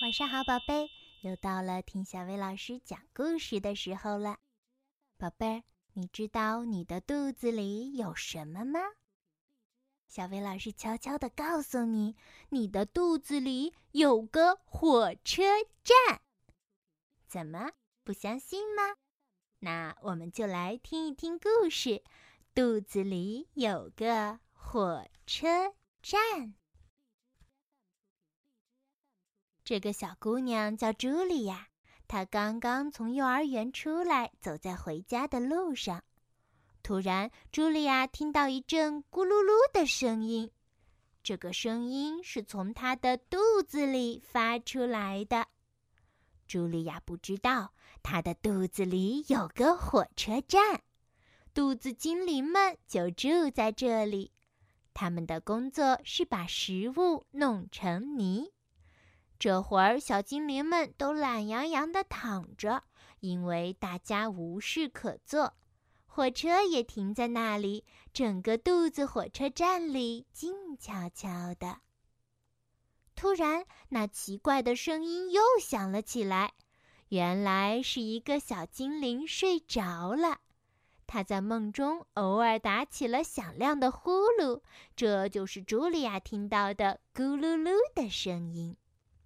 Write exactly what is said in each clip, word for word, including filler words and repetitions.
晚上好，宝贝，又到了听小薇老师讲故事的时候了。宝贝儿，你知道你的肚子里有什么吗？小薇老师悄悄地告诉你，你的肚子里有个火车站。怎么，不相信吗？那我们就来听一听故事，肚子里有个火车站。这个小姑娘叫茱莉亚，她刚刚从幼儿园出来，走在回家的路上。突然，茱莉亚听到一阵咕噜噜的声音，这个声音是从她的肚子里发出来的。茱莉亚不知道，她的肚子里有个火车站，肚子精灵们就住在这里。他们的工作是把食物弄成泥。这会儿，小精灵们都懒洋洋地躺着，因为大家无事可做。火车也停在那里，整个肚子火车站里静悄悄的。突然，那奇怪的声音又响了起来，原来是一个小精灵睡着了。他在梦中偶尔打起了响亮的呼噜，这就是茱莉亚听到的咕噜噜的声音。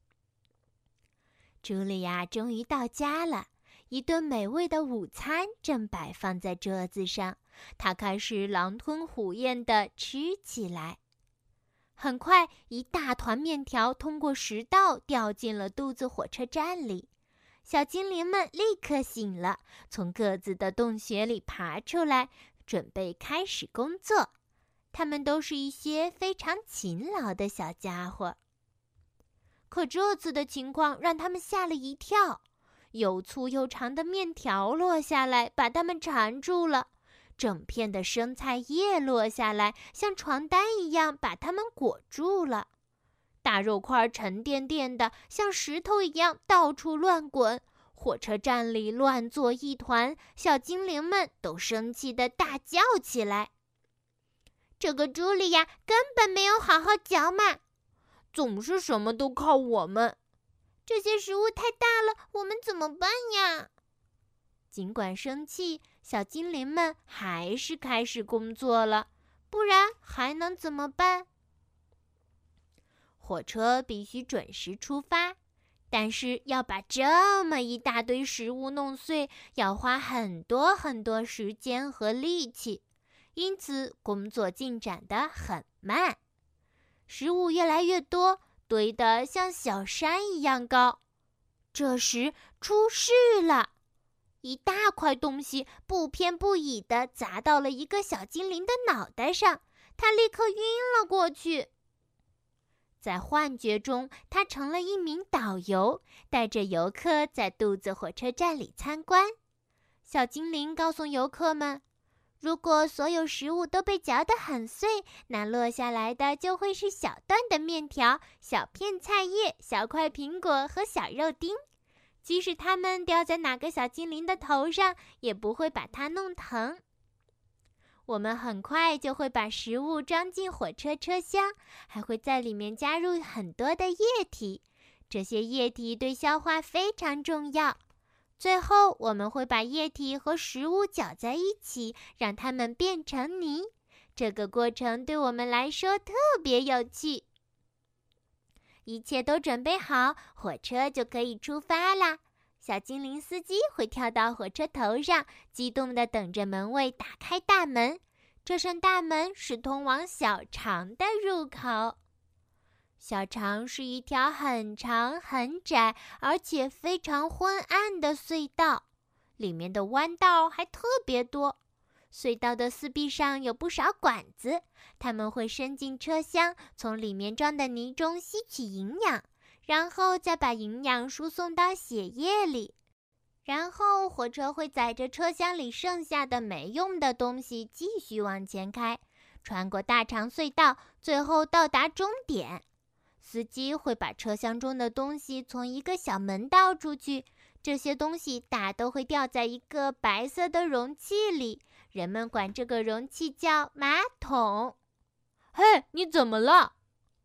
茱莉亚终于到家了，一顿美味的午餐正摆放在桌子上，她开始狼吞虎咽地吃起来。很快，一大团面条通过食道掉进了肚子火车站里。小精灵们立刻醒了，从各自的洞穴里爬出来，准备开始工作。他们都是一些非常勤劳的小家伙。可这次的情况让他们吓了一跳，又粗又长的面条落下来，把他们缠住了；整片的生菜叶落下来，像床单一样把他们裹住了；大肉块沉甸甸的，像石头一样到处乱滚；火车站里乱作一团，小精灵们都生气地大叫起来。这个茱莉亚根本没有好好嚼嘛！总是什么都靠我们，这些食物太大了，我们怎么办呀？尽管生气，小精灵们还是开始工作了，不然还能怎么办？火车必须准时出发，但是要把这么一大堆食物弄碎，要花很多很多时间和力气，因此工作进展得很慢。食物越来越多，堆得像小山一样高。这时出事了，一大块东西不偏不倚地砸到了一个小精灵的脑袋上，他立刻晕了过去。在幻觉中，他成了一名导游，带着游客在肚子火车站里参观。小精灵告诉游客们，如果所有食物都被嚼得很碎，那落下来的就会是小段的面条、小片菜叶、小块苹果和小肉丁。即使它们掉在哪个小精灵的头上，也不会把它弄疼。我们很快就会把食物装进火车车厢，还会在里面加入很多的液体。这些液体对消化非常重要。最后，我们会把液体和食物搅在一起，让它们变成泥。这个过程对我们来说特别有趣。一切都准备好，火车就可以出发啦。小精灵司机会跳到火车头上，激动地等着门卫打开大门。这扇大门是通往小肠的入口。小肠是一条很长很窄，而且非常昏暗的隧道，里面的弯道还特别多。隧道的四壁上有不少管子，它们会伸进车厢，从里面装的泥中吸取营养，然后再把营养输送到血液里。然后火车会载着车厢里剩下的没用的东西继续往前开，穿过大长隧道，最后到达终点。司机会把车厢中的东西从一个小门倒出去，这些东西大都会掉在一个白色的容器里，人们管这个容器叫马桶。嘿，你怎么了？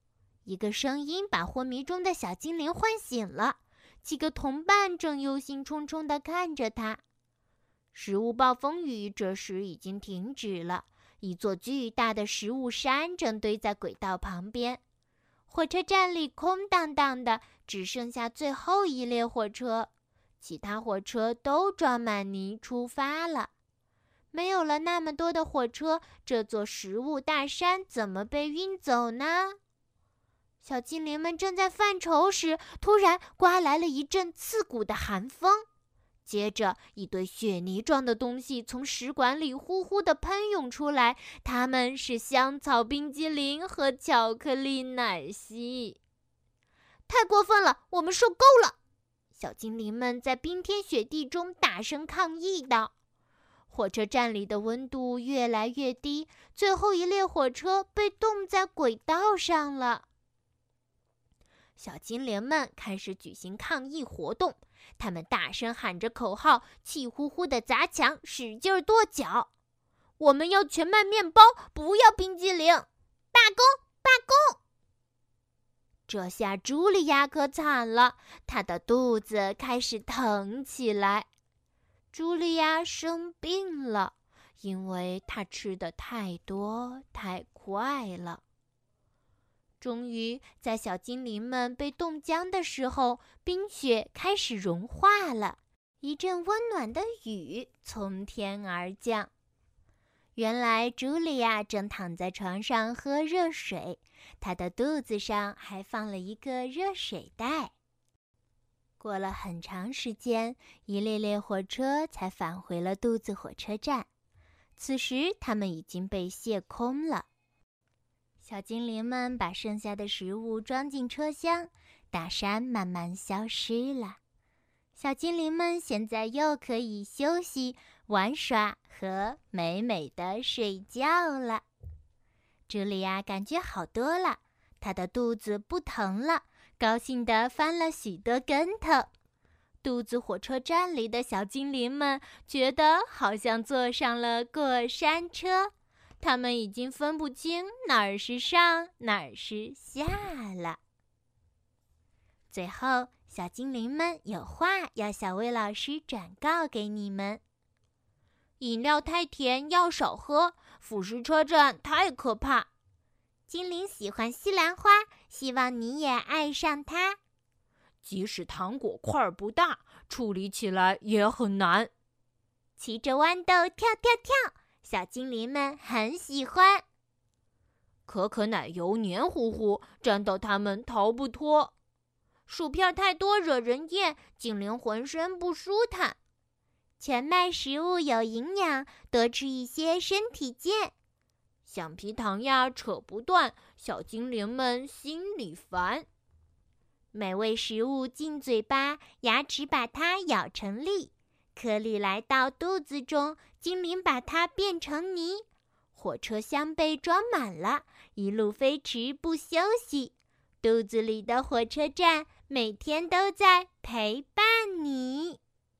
一个声音把昏迷中的小精灵唤醒了，几个同伴正忧心忡忡地看着他。食物暴风雨这时已经停止了，一座巨大的食物山正堆在轨道旁边。火车站里空荡荡的，只剩下最后一列火车，其他火车都装满泥出发了。没有了那么多的火车，这座食物大山怎么被运走呢？小精灵们正在犯愁时，突然刮来了一阵刺骨的寒风，接着一堆雪泥状的东西从食管里呼呼地喷涌出来，它们是香草冰激凌和巧克力奶昔。太过分了，我们受够了！小精灵们在冰天雪地中大声抗议道。火车站里的温度越来越低，最后一列火车被冻在轨道上了。小精灵们开始举行抗议活动，他们大声喊着口号，气呼呼地砸墙，使劲跺脚。我们要全麦面包，不要冰激凌！罢工！罢工！这下茱莉亚可惨了，她的肚子开始疼起来。茱莉亚生病了，因为她吃得太多太快了。终于，在小精灵们被冻僵的时候，冰雪开始融化了，一阵温暖的雨从天而降。原来，茱莉亚正躺在床上喝热水，她的肚子上还放了一个热水袋。过了很长时间，一列列火车才返回了肚子火车站。此时，它们已经被卸空了。小精灵们把剩下的食物装进车厢，大山慢慢消失了。小精灵们现在又可以休息、玩耍和美美的睡觉了。茱莉亚感觉好多了，她的肚子不疼了，高兴地翻了许多跟头。肚子火车站里的小精灵们觉得好像坐上了过山车，他们已经分不清哪儿是上，哪儿是下了。最后，小精灵们有话要小薇老师转告给你们：饮料太甜要少喝，腐蚀车站太可怕。精灵喜欢西兰花，希望你也爱上它。 即使糖果块儿不大，处理起来也很难。 骑着豌豆跳跳跳，小精灵们很喜欢。 可可奶油黏糊糊，沾到它们逃不脱。 薯片太多惹人厌，精灵浑身不舒坦。全麦食物有营养，多吃一些身体健。 橡皮糖呀扯不断，小精灵们心里烦。 美味食物进嘴巴，牙齿把它咬成粒。颗粒来到肚子中，精灵把它变成泥。火车厢被装满了，一路飞驰不休息。肚子里的火车站每天都在陪伴你。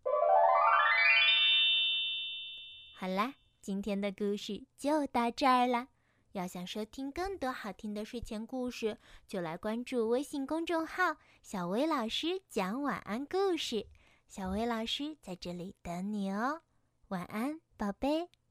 好啦，今天的故事就到这儿了。要想收听更多好听的睡前故事，就来关注微信公众号“小薇老师讲晚安故事”。小薇老师在这里等你哦，晚安，宝贝。